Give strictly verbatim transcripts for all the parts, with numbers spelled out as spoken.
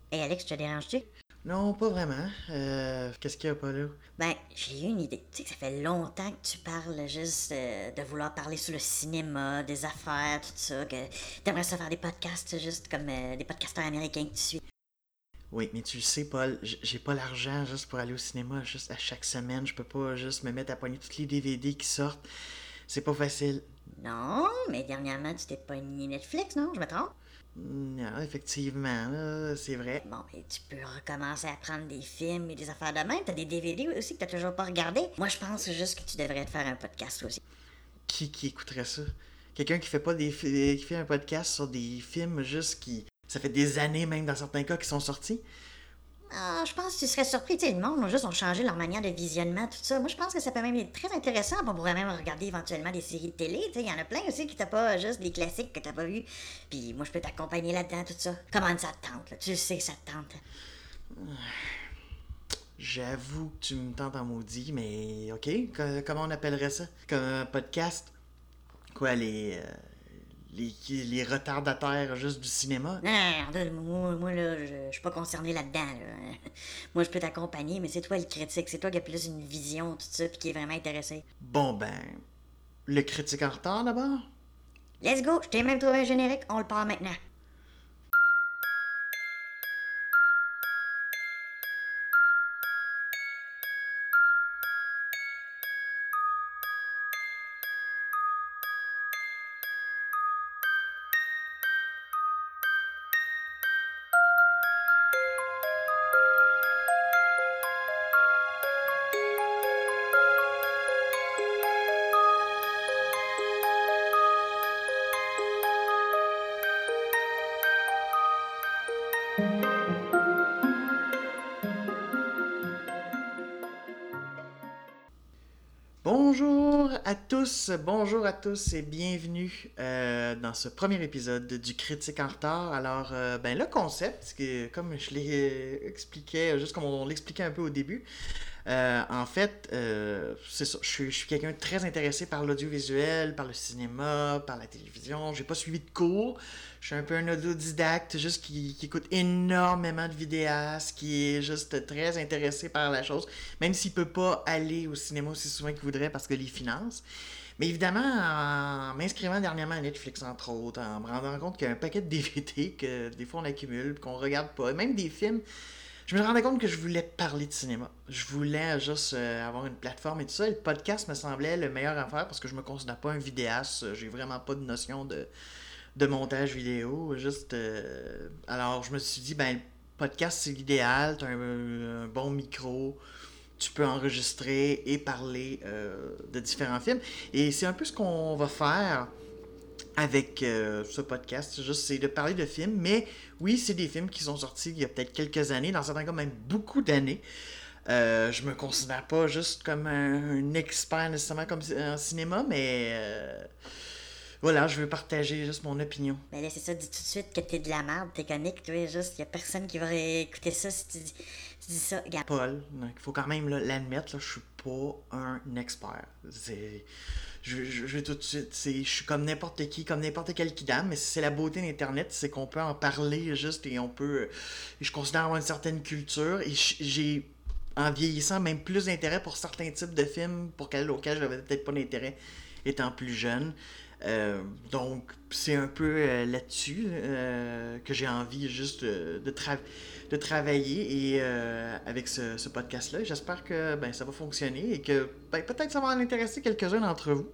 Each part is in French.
Hey Alex, je te dérange-tu? Non, pas vraiment. Euh, qu'est-ce qu'il y a pas là? Ben, j'ai eu une idée. Tu sais que ça fait longtemps que tu parles juste euh, de vouloir parler sur le cinéma, des affaires, tout ça, que t'aimerais ça faire des podcasts juste comme euh, des podcasteurs américains que tu suis. Oui, mais tu le sais, Paul, j- j'ai pas l'argent juste pour aller au cinéma juste à chaque semaine. Je peux pas juste me mettre à pogner tous les D V D qui sortent. C'est pas facile. Non, mais dernièrement, tu t'es pogné Netflix, non? Je me trompe? Non, effectivement, là, c'est vrai. Bon, mais tu peux recommencer à prendre des films et des affaires de même. T'as des D V D aussi que t'as toujours pas regardé. Moi, je pense juste que tu devrais te faire un podcast aussi. Qui qui écouterait ça? Quelqu'un qui fait pas des fi- qui fait un podcast sur des films juste qui. Ça fait des années même dans certains cas qui sont sortis. Ah, je pense que tu serais surpris, tu sais, le monde ont juste ont changé leur manière de visionnement, tout ça. Moi, je pense que ça peut même être très intéressant. On pourrait même regarder éventuellement des séries de télé, tu sais. Il y en a plein aussi qui t'as pas juste des classiques que t'as pas vus. Puis moi, je peux t'accompagner là-dedans, tout ça. Comment ça te tente, là? Tu le sais que ça te tente. J'avoue que tu me tentes en maudit, mais ok, co- comment on appellerait ça? Comme un podcast? Quoi, les. euh, les, les retardataires juste du cinéma? Non, non, non, moi, moi, là, je, je suis pas concerné là-dedans, là. Moi, je peux t'accompagner, mais c'est toi le critique. C'est toi qui as plus une vision, tout ça, puis qui est vraiment intéressé. Bon ben, le critique en retard d'abord? Let's go, je t'ai même trouvé un générique, on le part maintenant. Bonjour à tous, bonjour à tous et bienvenue euh, dans ce premier épisode du Critique en retard. Alors, euh, ben le concept, c'est que, comme je l'ai expliqué, juste comme on l'expliquait un peu au début, euh, en fait, euh, c'est ça, je suis, je suis quelqu'un de très intéressé par l'audiovisuel, par le cinéma, par la télévision. J'ai pas suivi de cours. Je suis un peu un autodidacte, juste qui, qui écoute énormément de vidéastes, qui est juste très intéressé par la chose, même s'il peut pas aller au cinéma aussi souvent qu'il voudrait parce que les finances. Mais évidemment, en m'inscrivant dernièrement à Netflix, entre autres, en me rendant compte qu'il y a un paquet de D V D que des fois on accumule, qu'on regarde pas, même des films, je me rendais compte que je voulais parler de cinéma. Je voulais juste euh, avoir une plateforme et tout ça. Et le podcast me semblait le meilleur à faire parce que je me considère pas un vidéaste. J'ai vraiment pas de notion de, de montage vidéo. Juste, euh, alors, je me suis dit, ben, le podcast, c'est l'idéal. T'as un, un bon micro. Tu peux enregistrer et parler euh, de différents films. Et c'est un peu ce qu'on va faire avec euh, ce podcast. Juste, c'est de parler de films. Mais oui, c'est des films qui sont sortis il y a peut-être quelques années. Dans certains cas, même beaucoup d'années. Euh, je me considère pas juste comme un, un expert nécessairement comme en cinéma, mais euh, voilà, je veux partager juste mon opinion. Ben là, c'est ça, dis tout de suite que t'es de la merde, t'es comique, toi, juste, y a personne qui va écouter ça si tu dis, tu dis ça. Regarde. Paul, donc il faut quand même là, l'admettre, là, je suis pas un expert. C'est, je, je, je vais tout de suite, c'est, je suis comme n'importe qui, comme n'importe quel kidam, mais c'est la beauté d'Internet, c'est qu'on peut en parler juste et on peut. Je considère avoir une certaine culture et j'ai, en vieillissant, même plus d'intérêt pour certains types de films pour quel, auxquels j'avais peut-être pas d'intérêt étant plus jeune. Euh, donc, c'est un peu euh, là-dessus euh, que j'ai envie juste de, de, tra- de travailler et euh, avec ce, ce podcast-là. J'espère que ben, ça va fonctionner et que ben, peut-être ça va en intéresser quelques-uns d'entre vous.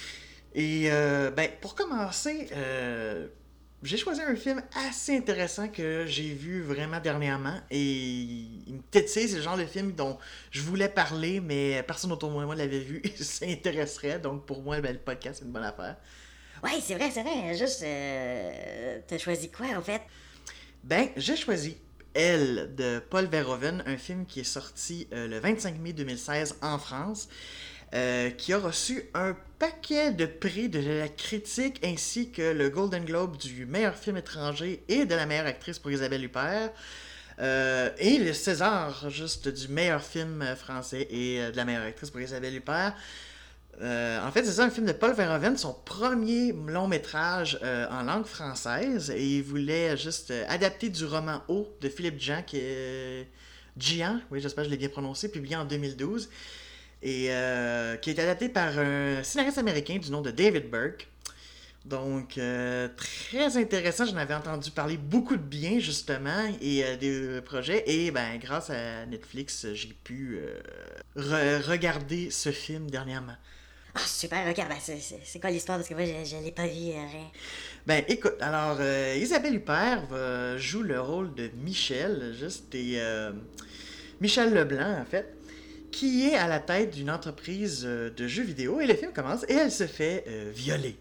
Et euh, ben, pour commencer, euh, j'ai choisi un film assez intéressant que j'ai vu vraiment dernièrement et il me tétille, c'est le genre de film dont je voulais parler, mais personne autour de moi l'avait vu et ça intéresserait. Donc pour moi, ben, le podcast, c'est une bonne affaire. Ouais, c'est vrai, c'est vrai, juste, euh, t'as choisi quoi, en fait? Ben, j'ai choisi Elle de Paul Verhoeven, un film qui est sorti euh, le vingt-cinq mai deux mille seize en France, euh, qui a reçu un paquet de prix de la critique ainsi que le Golden Globe du meilleur film étranger et de la meilleure actrice pour Isabelle Huppert. Euh, et le César, juste du meilleur film français et euh, de la meilleure actrice pour Isabelle Huppert. Euh, en fait, c'est ça, un film de Paul Verhoeven, son premier long métrage euh, en langue française. Et il voulait juste euh, adapter du roman O de Philippe Jean, qui est... Gian, oui, j'espère que je l'ai bien prononcé, publié en deux mille douze. Et euh, qui est adapté par un scénariste américain du nom de David Burke. Donc, euh, très intéressant. J'en avais entendu parler beaucoup de bien, justement, et euh, des projets. Et ben, grâce à Netflix, j'ai pu euh, re- regarder ce film dernièrement. Ah, super, ok, ben c'est, c'est, c'est quoi l'histoire? Parce que moi, je, je l'ai pas vu, euh, rien. Ben, écoute, alors, euh, Isabelle Huppert va- joue le rôle de Michel, juste, et euh, Michel Leblanc, en fait, qui est à la tête d'une entreprise euh, de jeux vidéo. Et le film commence, et elle se fait euh, violer.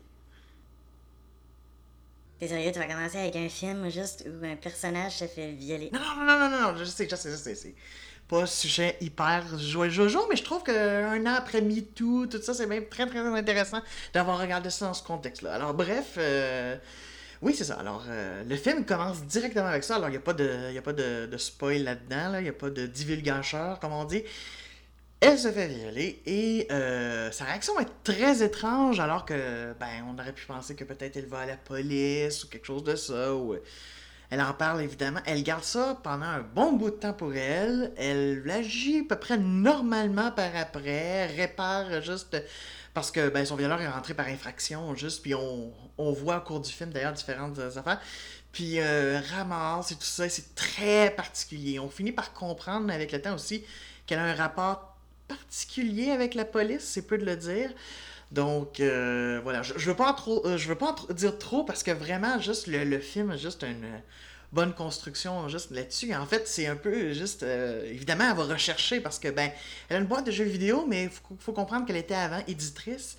T'es sérieux, tu vas commencer avec un film juste où un personnage se fait violer. Non, non, non, non, non, non, je sais, je sais, je sais, c'est pas un sujet hyper joyeux jojo, mais je trouve qu'un an après MeToo, tout ça, c'est même très, très intéressant d'avoir regardé ça dans ce contexte-là. Alors, bref, euh, oui, c'est ça. Alors, euh, le film commence directement avec ça. Alors, il n'y a pas de, y a pas de, de spoil là-dedans, là. Il n'y a pas de divulgacheur, comme on dit. Elle se fait violer et euh, sa réaction est très étrange alors que, ben, on aurait pu penser que peut-être elle va à la police ou quelque chose de ça, ou elle en parle évidemment. Elle garde ça pendant un bon bout de temps pour elle. Elle agit à peu près normalement par après. Répare juste parce que ben, son violeur est rentré par infraction juste. Puis on, on voit au cours du film d'ailleurs différentes affaires. Puis euh, ramasse et tout ça. C'est très particulier. On finit par comprendre avec le temps aussi qu'elle a un rapport particulier avec la police. C'est peu de le dire. Donc, euh, voilà, je, je veux pas en trop, euh, je veux pas en tr- dire trop parce que vraiment, juste le, le film a juste une euh, bonne construction juste là-dessus. En fait, c'est un peu juste, euh, évidemment, elle va rechercher parce que, ben, elle a une boîte de jeux vidéo, mais il faut, faut comprendre qu'elle était avant éditrice.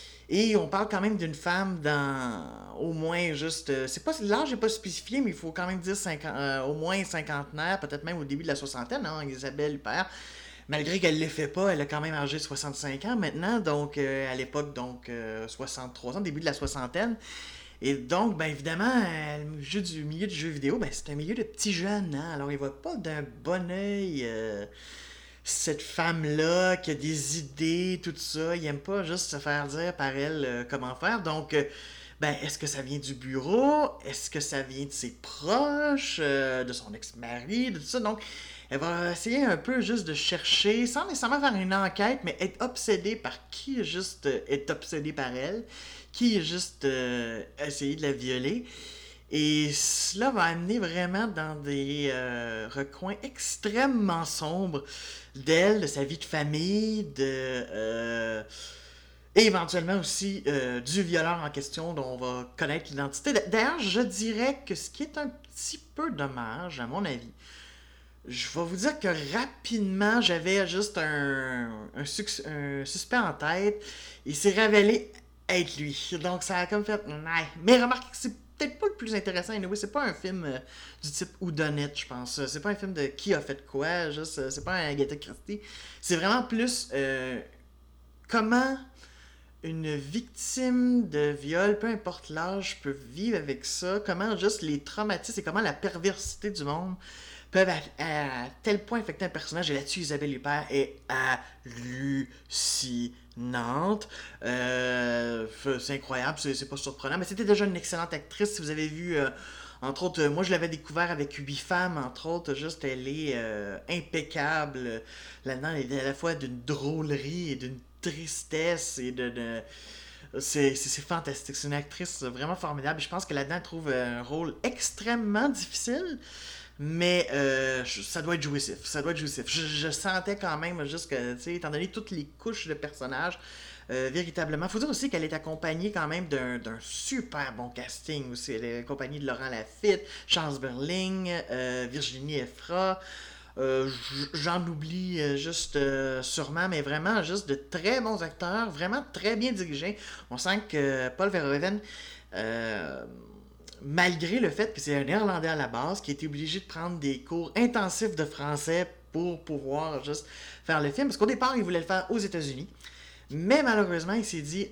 Et on parle quand même d'une femme dans au moins juste, euh, c'est pas l'âge n'est pas spécifié, mais il faut quand même dire cinquante, euh, au moins cinquantenaire, peut-être même au début de la soixantaine, hein, Isabelle Huppert. Malgré qu'elle ne le fait pas, elle a quand même âgé soixante-cinq ans maintenant, donc euh, à l'époque, donc euh, soixante-trois ans, début de la soixantaine. Et donc, ben évidemment, euh, le jeu du milieu du jeu vidéo, ben c'est un milieu de petits jeunes, hein? Alors il voit pas d'un bon oeil euh, cette femme-là qui a des idées, tout ça. Il aime pas juste se faire dire par elle euh, comment faire. Donc, euh, ben, est-ce que ça vient du bureau? Est-ce que ça vient de ses proches, euh, de son ex-mari, de tout ça? Donc, elle va essayer un peu juste de chercher, sans nécessairement faire une enquête, mais être obsédée par qui juste euh, est obsédé par elle, qui est juste euh, essayé de la violer. Et cela va amener vraiment dans des euh, recoins extrêmement sombres d'elle, de sa vie de famille, de... euh, et éventuellement aussi euh, du violeur en question dont on va connaître l'identité. D'ailleurs, je dirais que ce qui est un petit peu dommage, à mon avis, je vais vous dire que rapidement, j'avais juste un, un, suc- un suspect en tête. Il s'est révélé être lui. Donc ça a comme fait... Ouais. Mais remarquez que c'est peut-être pas le plus intéressant. Anyway, c'est pas un film euh, du type Whodunit, je pense. C'est pas un film de qui a fait quoi. Juste, euh, c'est pas un Agatha Christie. C'est vraiment plus euh, comment une victime de viol, peu importe l'âge, peut vivre avec ça. Comment juste les traumatismes et comment la perversité du monde peuvent à, à tel point affecter un personnage. Et là-dessus, Isabelle Huppert est hallucinante. Euh, c'est incroyable, c'est, c'est pas surprenant. Mais c'était déjà une excellente actrice. Si vous avez vu, euh, entre autres, euh, moi je l'avais découvert avec Huit femmes, entre autres. Juste, elle est euh, impeccable. Là-dedans, elle est à la fois d'une drôlerie et d'une tristesse et de... de c'est, c'est, c'est fantastique. C'est une actrice vraiment formidable. Je pense que là-dedans, elle trouve un rôle extrêmement difficile. Mais euh, ça doit être jouissif. Ça doit être jouissif. Je, je sentais quand même, juste que, tu sais, étant donné toutes les couches de personnages, euh, véritablement. Faut dire aussi qu'elle est accompagnée quand même d'un, d'un super bon casting aussi. Elle est accompagnée de Laurent Lafitte, Charles Berling, euh, Virginie Efra. Euh, j'en oublie euh, juste euh, sûrement, mais vraiment juste de très bons acteurs, vraiment très bien dirigés. On sent que Paul Verhoeven, euh, malgré le fait que c'est un Néerlandais à la base, qui a été obligé de prendre des cours intensifs de français pour pouvoir juste faire le film, parce qu'au départ, il voulait le faire aux États-Unis. Mais malheureusement, il s'est dit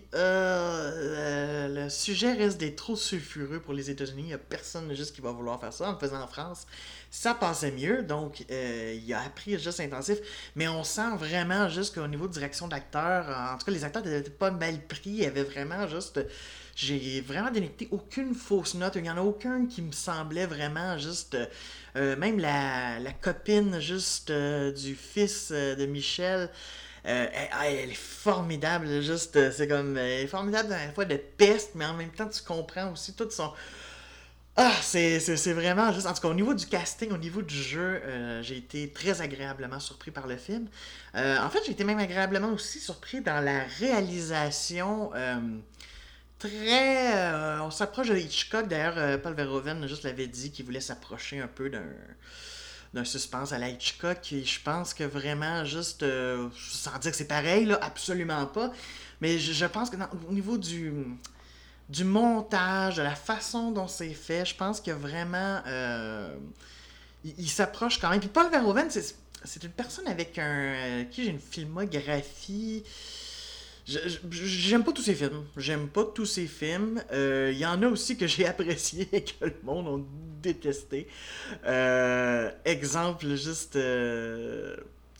euh, le, le sujet reste d'être trop sulfureux pour les États-Unis. Il n'y a personne juste qui va vouloir faire ça. En le faisant en France, ça passait mieux. Donc, euh, il a appris juste intensif. Mais on sent vraiment juste qu'au niveau de direction d'acteur, en tout cas, les acteurs n'étaient pas mal pris. Il y avait vraiment juste. J'ai vraiment détecté aucune fausse note. Il n'y en a aucun qui me semblait vraiment juste. Euh, même la, la copine juste euh, du fils euh, de Michel. Euh, elle, elle est formidable, juste, euh, c'est comme, elle est formidable à la fois de peste, mais en même temps, tu comprends aussi tout son... Ah, c'est, c'est, c'est vraiment juste, en tout cas, au niveau du casting, au niveau du jeu, euh, j'ai été très agréablement surpris par le film. Euh, en fait, j'ai été même agréablement aussi surpris dans la réalisation, euh, très... euh, on s'approche de Hitchcock, d'ailleurs, euh, Paul Verhoeven juste l'avait dit qu'il voulait s'approcher un peu d'un... d'un suspense à la Hitchcock, et je pense que vraiment juste, euh, sans dire que c'est pareil, là, absolument pas, mais je, je pense que dans- au niveau du, du montage, de la façon dont c'est fait, je pense que vraiment, euh, il, il s'approche quand même. Puis Paul Verhoeven, c'est, c'est une personne avec un, euh, qui j'ai une filmographie... Je- je- J'aime pas tous ces films. J'aime pas tous ces films. Euh, Il y en a aussi que j'ai apprécié et que le monde a détesté. Euh, exemple, juste. euh,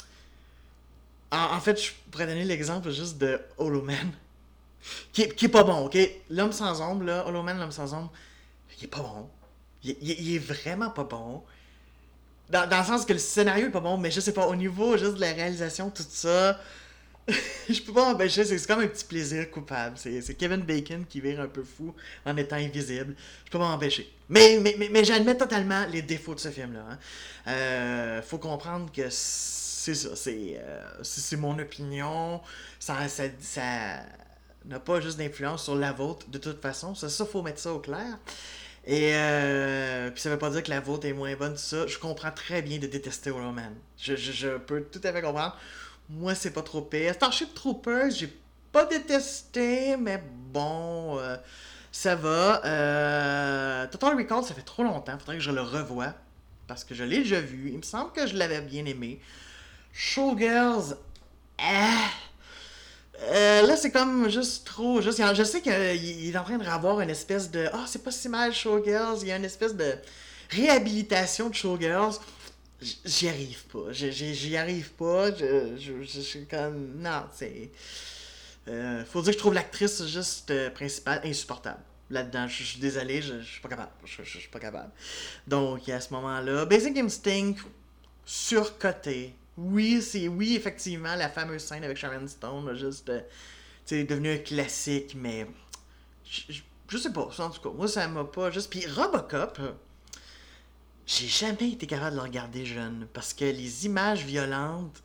En, en fait, je pourrais donner l'exemple juste de Hollow Man, qui, est- qui est pas bon, ok? L'homme sans ombre, là, Hollow Man, l'homme sans ombre, il est pas bon. Il, il- il est vraiment pas bon. Dans, dans le sens que le scénario est pas bon, mais je sais pas, au niveau juste de la réalisation, tout ça, je peux pas m'empêcher, c'est c'est comme un petit plaisir coupable. C'est c'est Kevin Bacon qui vire un peu fou en étant invisible. Je peux pas m'empêcher. Mais, mais, mais, mais j'admets totalement les défauts de ce film-là. Hein. Euh, faut comprendre que c'est ça, c'est euh, c'est c'est mon opinion. Ça, ça, ça n'a pas juste d'influence sur la vôtre de toute façon. Ça, ça faut mettre ça au clair. Et euh, puis ça veut pas dire que la vôtre est moins bonne, tout ça. Je comprends très bien de détester Hollow Man. Je, je, je peux tout à fait comprendre. Moi, c'est pas trop pire. Starship Troopers, j'ai pas détesté, mais bon, euh, ça va. Euh, Total Recall, ça fait trop longtemps. Faudrait que je le revoie. Parce que je l'ai déjà vu. Il me semble que je l'avais bien aimé. Showgirls, ah, euh, là, c'est comme juste trop. Juste, je sais qu'il est en train de avoir une espèce de. Ah, oh, c'est pas si mal, Showgirls. Il y a une espèce de réhabilitation de Showgirls. J- J'y arrive pas. J- J'y j'y arrive pas. Je, je, je suis comme. Non, c'est. Euh, faut dire que je trouve l'actrice juste euh, principale insupportable. Là-dedans, je je suis désolé, je, je suis pas capable. Je, je- je suis pas capable. Donc, à ce moment-là, Basic Instinct, surcoté. Oui, c'est oui, effectivement, la fameuse scène avec Sharon Stone, là, juste, euh, tu sais, devenu un classique, mais je, je- je sais pas, en tout cas, moi ça m'a pas juste. Puis Robocop, euh, j'ai jamais été capable de le regarder jeune, parce que les images violentes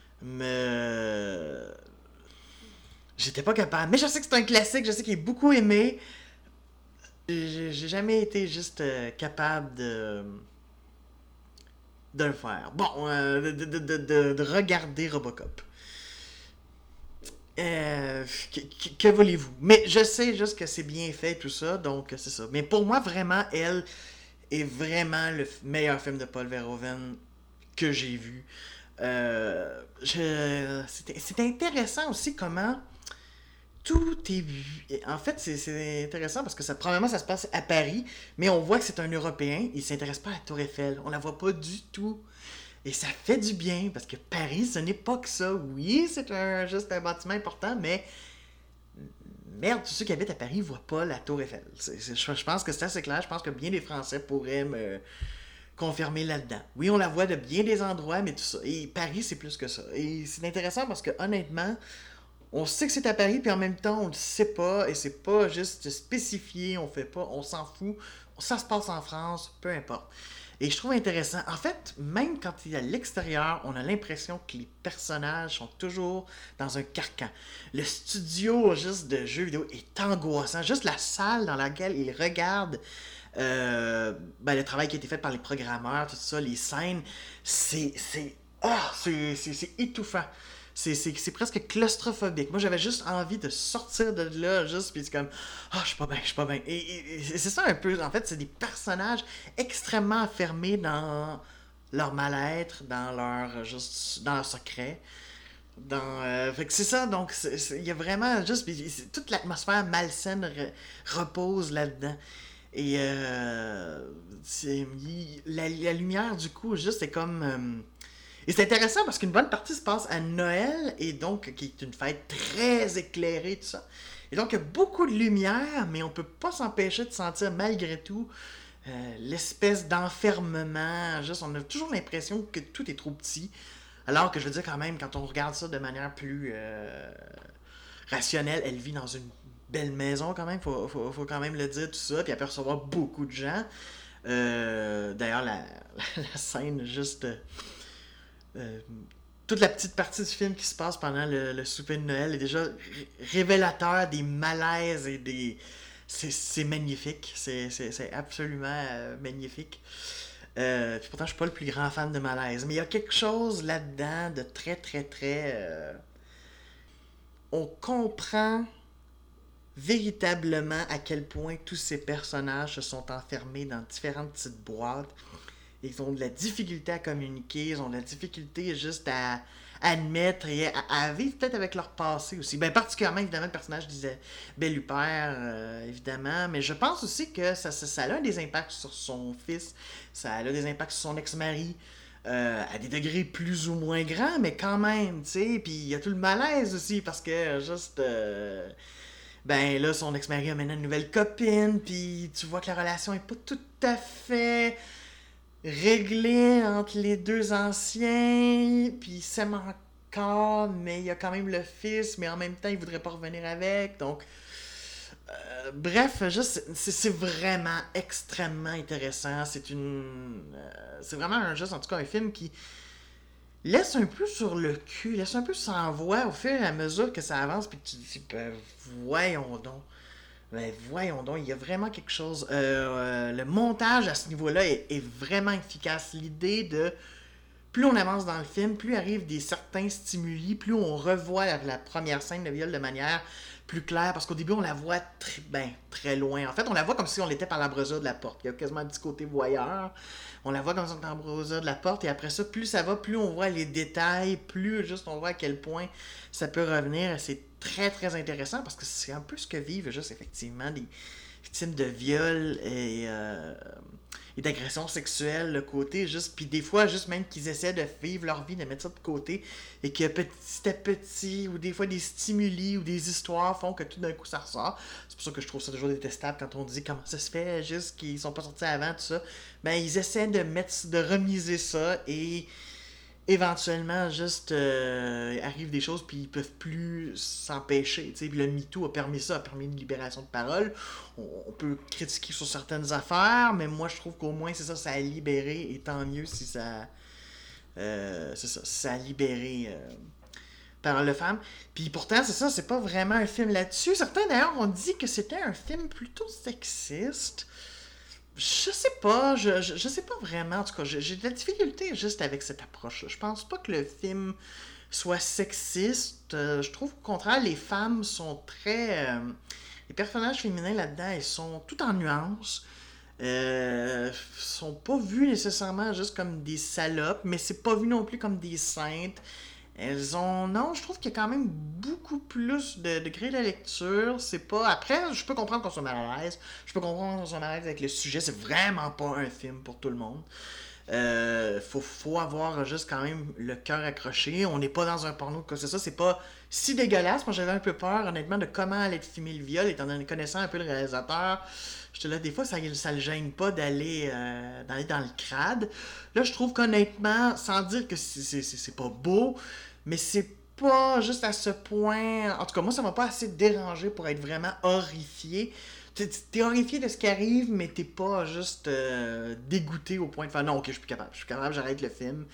me. J'étais pas capable. Mais je sais que c'est un classique, je sais qu'il est beaucoup aimé. J'ai j'ai jamais été juste euh, capable de de le faire. Bon, euh, de, de, de, de, de regarder Robocop. Euh, que, que, que voulez-vous? Mais je sais juste que c'est bien fait, tout ça, donc c'est ça. Mais pour moi, vraiment, elle est vraiment le f- meilleur film de Paul Verhoeven que j'ai vu. Euh, je, c'était, c'est intéressant aussi comment tout est vu. En fait, c'est, c'est intéressant parce que ça, premièrement, ça se passe à Paris, mais on voit que c'est un Européen. Il s'intéresse pas à la Tour Eiffel. On la voit pas du tout. Et ça fait du bien parce que Paris, ce n'est pas que ça. Oui, c'est un, juste un bâtiment important, mais merde, tous ceux qui habitent à Paris ne voient pas la Tour Eiffel. C'est- c'est- je, je pense que c'est assez clair. Je pense que bien des Français pourraient me confirmer là-dedans. Oui, on la voit de bien des endroits, mais tout ça. Et Paris, c'est plus que ça. Et c'est intéressant parce que honnêtement, on sait que c'est à Paris, puis en même temps, on le sait pas, et c'est pas juste spécifié, on fait pas, on s'en fout. Ça se passe en France, peu importe. Et je trouve intéressant. En fait, même quand il est à l'extérieur, on a l'impression que les personnages sont toujours dans un carcan. Le studio juste de jeux vidéo est angoissant. Juste la salle dans laquelle ils regardent euh, ben, le travail qui a été fait par les programmeurs, tout ça, les scènes, c'est. C'est. Ah, c'est, c'est, c'est étouffant. C'est, c'est, c'est presque claustrophobique. Moi, j'avais juste envie de sortir de là, juste, puis c'est comme, ah, je suis pas bien, je suis pas bien. Et, et- et c'est ça un peu, en fait, c'est des personnages extrêmement enfermés dans leur mal-être, dans leur, juste, dans leur secret. Dans, euh, fait que c'est ça, donc c'est- c'est- il y a vraiment juste. Puis c'est- toute l'atmosphère malsaine re- repose là-dedans. Et euh, c'est, il- la, la lumière, du coup, juste, c'est comme. euh, et c'est intéressant parce qu'une bonne partie se passe à Noël, et donc, qui est une fête très éclairée, tout ça. Et donc, il y a beaucoup de lumière, mais on peut pas s'empêcher de sentir, malgré tout, euh, l'espèce d'enfermement. Juste, on a toujours l'impression que tout est trop petit. Alors que je veux dire, quand même, quand on regarde ça de manière plus euh, rationnelle, elle vit dans une belle maison, quand même. Faut, faut, faut quand même le dire, tout ça. Puis elle peut recevoir beaucoup de gens. Euh, D'ailleurs, la, la, la scène, juste. euh, toute la petite partie du film qui se passe pendant le, le souper de Noël est déjà ré- révélateur des malaises et des. C'est c'est magnifique. C'est c'est- c'est absolument euh, magnifique. Euh, puis pourtant, je suis pas le plus grand fan de malaise. Mais il y a quelque chose là-dedans de très, très, très. euh, On comprend véritablement à quel point tous ces personnages se sont enfermés dans différentes petites boîtes. Ils ont de la difficulté à communiquer, ils ont de la difficulté juste à admettre et à, à vivre peut-être avec leur passé aussi. Ben, particulièrement, évidemment, le personnage disait Belle-Hubert, euh, évidemment, mais je pense aussi que ça, ça, ça a des impacts sur son fils, ça a des impacts sur son ex-mari, euh, à des degrés plus ou moins grands, mais quand même, tu sais. Puis il y a tout le malaise aussi, parce que juste. euh, ben là, son ex-mari a maintenant une nouvelle copine, puis tu vois que la relation est pas tout à fait réglée entre les deux anciens, puis ils s'aiment encore, mais il y a quand même le fils, mais en même temps, il voudrait pas revenir avec, donc... euh, bref, juste, c'est c'est vraiment extrêmement intéressant, c'est une... euh, c'est vraiment un, juste, en tout cas, un film qui laisse un peu sur le cul, laisse un peu sans voix au fur et à mesure que ça avance, puis que tu te dis, ben, voyons donc. Ben, voyons donc, il y a vraiment quelque chose. Euh, euh, le montage à ce niveau-là est, est vraiment efficace. L'idée de plus on avance dans le film, plus arrivent des certains stimuli, plus on revoit la, la première scène de viol de manière plus claire, parce qu'au début on la voit très, ben, très loin. En fait, on la voit comme si on était par l'embrasure de la porte. Il y a quasiment un petit côté voyeur. On la voit comme si on était par l'embrasure de la porte, et après ça, plus ça va, plus on voit les détails, plus juste on voit à quel point ça peut revenir. C'est très très intéressant, parce que c'est un peu ce que vivent juste effectivement des victimes de viol et... Euh, et d'agression sexuelle, le côté juste, puis des fois, juste même qu'ils essaient de vivre leur vie, de mettre ça de côté, et que petit à petit, ou des fois des stimuli, ou des histoires font que tout d'un coup ça ressort. C'est pour ça que je trouve ça toujours détestable quand on dit comment ça se fait, juste qu'ils sont pas sortis avant, tout ça. Ben, ils essaient de mettre, de remiser ça, et éventuellement, juste, euh, arrivent des choses, puis ils peuvent plus s'empêcher. Puis le MeToo a permis ça, a permis une libération de parole. On, on peut critiquer sur certaines affaires, mais moi, je trouve qu'au moins, c'est ça, ça a libéré, et tant mieux si ça... Euh, c'est ça, ça a libéré... Euh, Parole de femme. Puis pourtant, c'est ça, c'est pas vraiment un film là-dessus. Certains, d'ailleurs, ont dit que c'était un film plutôt sexiste. Je sais pas, je, je, je sais pas vraiment. En tout cas, j'ai j'ai de la difficulté juste avec cette approche. Je pense pas que le film soit sexiste. Euh, je trouve qu'au contraire, les femmes sont très. Euh, les personnages féminins là-dedans, ils sont tout en nuances. Euh, sont pas vus nécessairement juste comme des salopes, mais c'est pas vu non plus comme des saintes. Elles ont. Non, je trouve qu'il y a quand même beaucoup plus de degrés de lecture. C'est pas. Après, je peux comprendre qu'on soit mal à l'aise. Je peux comprendre qu'on soit mal à l'aise avec le sujet. C'est vraiment pas un film pour tout le monde. Euh, faut, faut avoir juste quand même le cœur accroché. On n'est pas dans un porno que c'est ça. C'est pas si dégueulasse. Moi, j'avais un peu peur, honnêtement, de comment allait être filmé le viol, étant donné connaissant un peu le réalisateur. J'étais là, des fois, ça, ça le gêne pas d'aller euh, d'aller dans le crade. Là, je trouve qu'honnêtement, sans dire que c'est, c'est, c'est c'est pas beau, mais c'est pas juste à ce point. En tout cas, moi, ça m'a pas assez dérangé pour être vraiment horrifié. T'es, t'es horrifié de ce qui arrive, mais t'es pas juste euh, dégoûté au point de faire non, ok, je suis plus capable, je suis capable, j'arrête le film.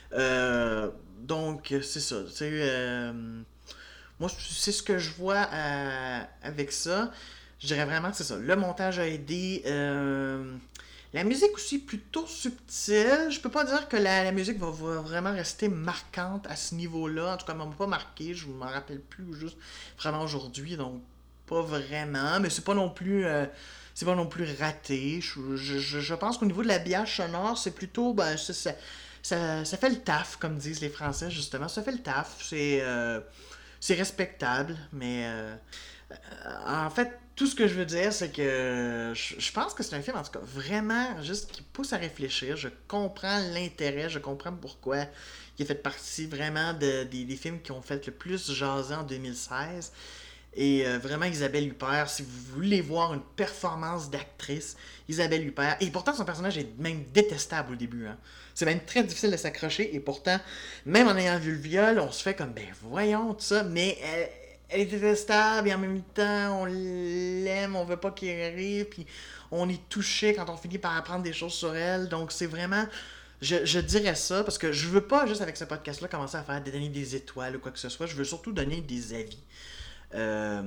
Euh, donc, c'est ça. Tu sais, euh, moi, c'est ce que je vois euh, avec ça. Je dirais vraiment que c'est ça. Le montage a aidé. Euh, la musique aussi plutôt subtile. Je peux pas dire que la, la musique va, va vraiment rester marquante à ce niveau-là. En tout cas, elle m'a pas marqué. Je m'en rappelle plus juste vraiment aujourd'hui. Donc, pas vraiment. Mais c'est pas non plus. Euh, c'est pas non plus raté. Je, je, je pense qu'au niveau de l'habillage sonore, c'est plutôt. Ben, c'est ça. ça, ça fait le taf, comme disent les Français, justement. Ça fait le taf. C'est, euh, c'est respectable, mais euh, en fait, tout ce que je veux dire, c'est que je, je pense que c'est un film, en tout cas, vraiment juste qui pousse à réfléchir. Je comprends l'intérêt, je comprends pourquoi il a fait partie vraiment de, des, des films qui ont fait le plus jaser en deux mille seize. Et euh, vraiment, Isabelle Huppert, si vous voulez voir une performance d'actrice, Isabelle Huppert, et pourtant son personnage est même détestable au début. Hein. C'est même très difficile de s'accrocher, et pourtant, même en ayant vu le viol, on se fait comme, ben voyons, tout ça, mais elle, elle est détestable, et en même temps, on l'aime, on veut pas qu'il arrive, puis on est touché quand on finit par apprendre des choses sur elle, donc c'est vraiment... Je, je dirais ça, parce que je veux pas, juste avec ce podcast-là, commencer à faire donner des étoiles ou quoi que ce soit, je veux surtout donner des avis. Euh,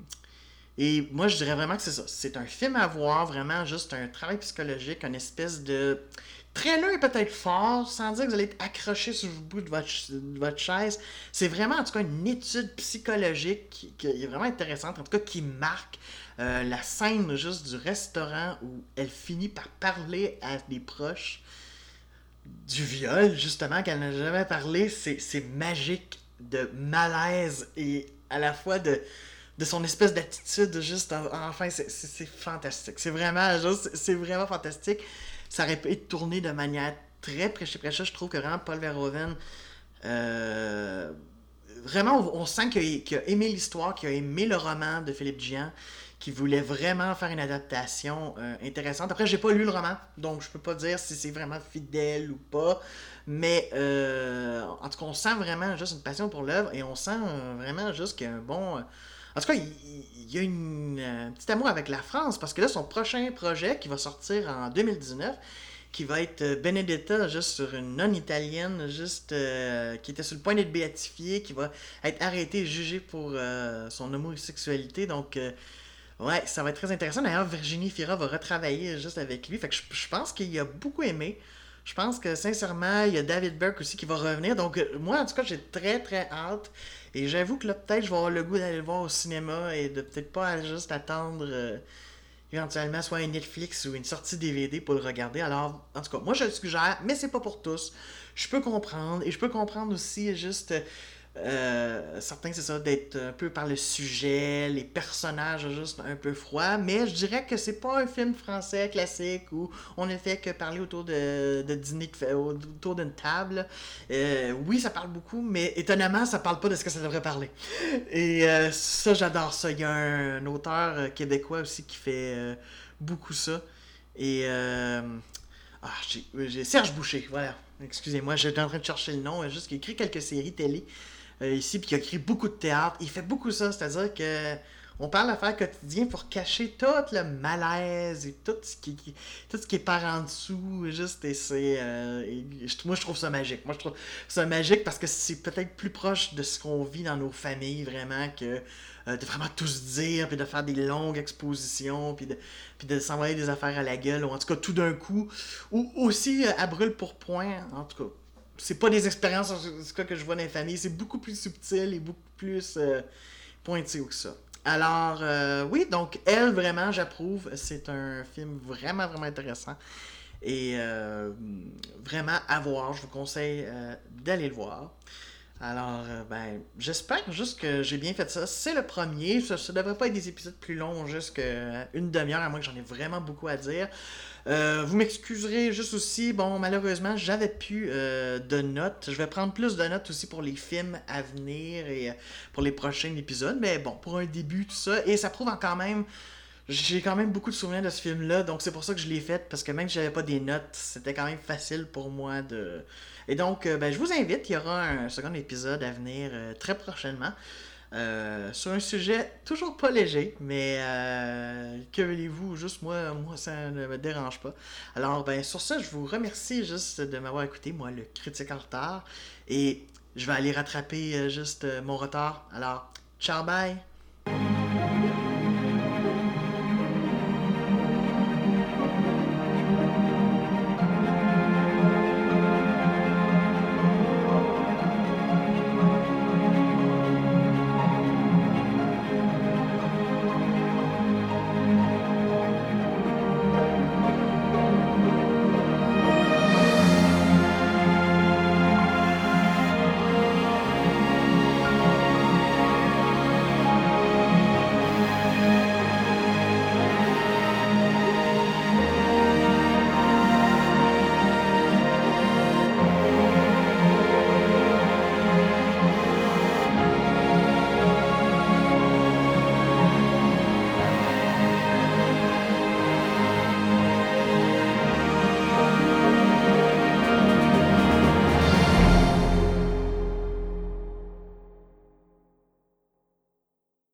et moi, je dirais vraiment que c'est ça. C'est un film à voir, vraiment juste un travail psychologique, une espèce de trailer peut-être fort, sans dire que vous allez être accroché sur le bout de votre, de votre chaise. C'est vraiment, en tout cas, une étude psychologique qui, qui est vraiment intéressante, en tout cas, qui marque euh, la scène juste du restaurant où elle finit par parler à des proches du viol, justement, qu'elle n'a jamais parlé. C'est, c'est magique de malaise et à la fois de, de son espèce d'attitude, juste, en, enfin, c'est, c'est, c'est fantastique. C'est vraiment, juste, c'est vraiment fantastique. Ça aurait pu être tourné de manière très prêché-prêcha. Je trouve que vraiment Paul Verhoeven, euh, vraiment, on, on sent qu'il a, qu'il a aimé l'histoire, qu'il a aimé le roman de Philippe Gian, qui voulait vraiment faire une adaptation euh, intéressante. Après, j'ai pas lu le roman, donc je peux pas dire si c'est vraiment fidèle ou pas. Mais euh, en tout cas, on sent vraiment juste une passion pour l'œuvre et on sent euh, vraiment juste qu'il y a un bon... Euh, en tout cas, il, il y a une, euh, un petit amour avec la France parce que là, son prochain projet qui va sortir en deux mille dix-neuf, qui va être euh, Benedetta, juste sur une nonne italienne, juste euh, qui était sur le point d'être béatifiée, qui va être arrêtée et jugée pour euh, son homosexualité. Donc... Euh, ouais, ça va être très intéressant. D'ailleurs, Virginie Fira va retravailler juste avec lui. Fait que je, je pense qu'il a beaucoup aimé. Je pense que, sincèrement, il y a David Burke aussi qui va revenir. Donc, euh, moi, en tout cas, j'ai très, très hâte. Et j'avoue que là, peut-être, je vais avoir le goût d'aller le voir au cinéma et de peut-être pas juste attendre euh, éventuellement soit un Netflix ou une sortie D V D pour le regarder. Alors, en tout cas, moi, je le suggère, mais c'est pas pour tous. Je peux comprendre. Et je peux comprendre aussi juste... Euh, Euh, certains, c'est ça, d'être un peu par le sujet, les personnages juste un peu froids, mais je dirais que c'est pas un film français classique où on ne fait que parler autour de, de dîner, de, autour d'une table. Euh, oui, ça parle beaucoup, mais étonnamment, ça parle pas de ce que ça devrait parler. Et euh, ça, j'adore ça. Il y a un, un auteur québécois aussi qui fait euh, beaucoup ça. Et... Euh, ah, j'ai, j'ai Serge Boucher, voilà. Excusez-moi, j'étais en train de chercher le nom, juste qu'il a écrit quelques séries télé. Euh, ici, puis il a écrit beaucoup de théâtre. Il fait beaucoup ça, c'est-à-dire que on parle d'affaires quotidiennes pour cacher tout le malaise et tout ce qui, qui tout ce qui est par en dessous, juste et c'est euh, et je, moi je trouve ça magique. Moi je trouve ça magique parce que c'est peut-être plus proche de ce qu'on vit dans nos familles vraiment que euh, de vraiment tout se dire puis de faire des longues expositions puis de puis de s'envoyer des affaires à la gueule ou en tout cas tout d'un coup ou aussi euh, à brûle pour point en tout cas. C'est pas des expériences en tout cas que je vois dans les familles, c'est beaucoup plus subtil et beaucoup plus euh, pointu que ça. Alors, euh, oui, donc, Elle, vraiment, j'approuve. C'est un film vraiment, vraiment intéressant. Et euh, vraiment à voir. Je vous conseille euh, d'aller le voir. Alors, euh, ben, j'espère juste que j'ai bien fait ça. C'est le premier. Ça ne devrait pas être des épisodes plus longs, juste qu'une demi-heure, à moins que j'en ai vraiment beaucoup à dire. Euh, vous m'excuserez juste aussi, bon, malheureusement, j'avais plus euh, de notes. Je vais prendre plus de notes aussi pour les films à venir et euh, pour les prochains épisodes. Mais bon, pour un début, tout ça. Et ça prouve quand même... J'ai quand même beaucoup de souvenirs de ce film-là, donc c'est pour ça que je l'ai fait, parce que même si j'avais pas des notes, c'était quand même facile pour moi de... Et donc, euh, ben, je vous invite, il y aura un second épisode à venir euh, très prochainement. Euh, sur un sujet toujours pas léger, mais euh, que voulez-vous, juste moi, moi ça ne me dérange pas. Alors ben sur ça, je vous remercie juste de m'avoir écouté, moi le critique en retard, et je vais aller rattraper euh, juste euh, mon retard. Alors, ciao bye!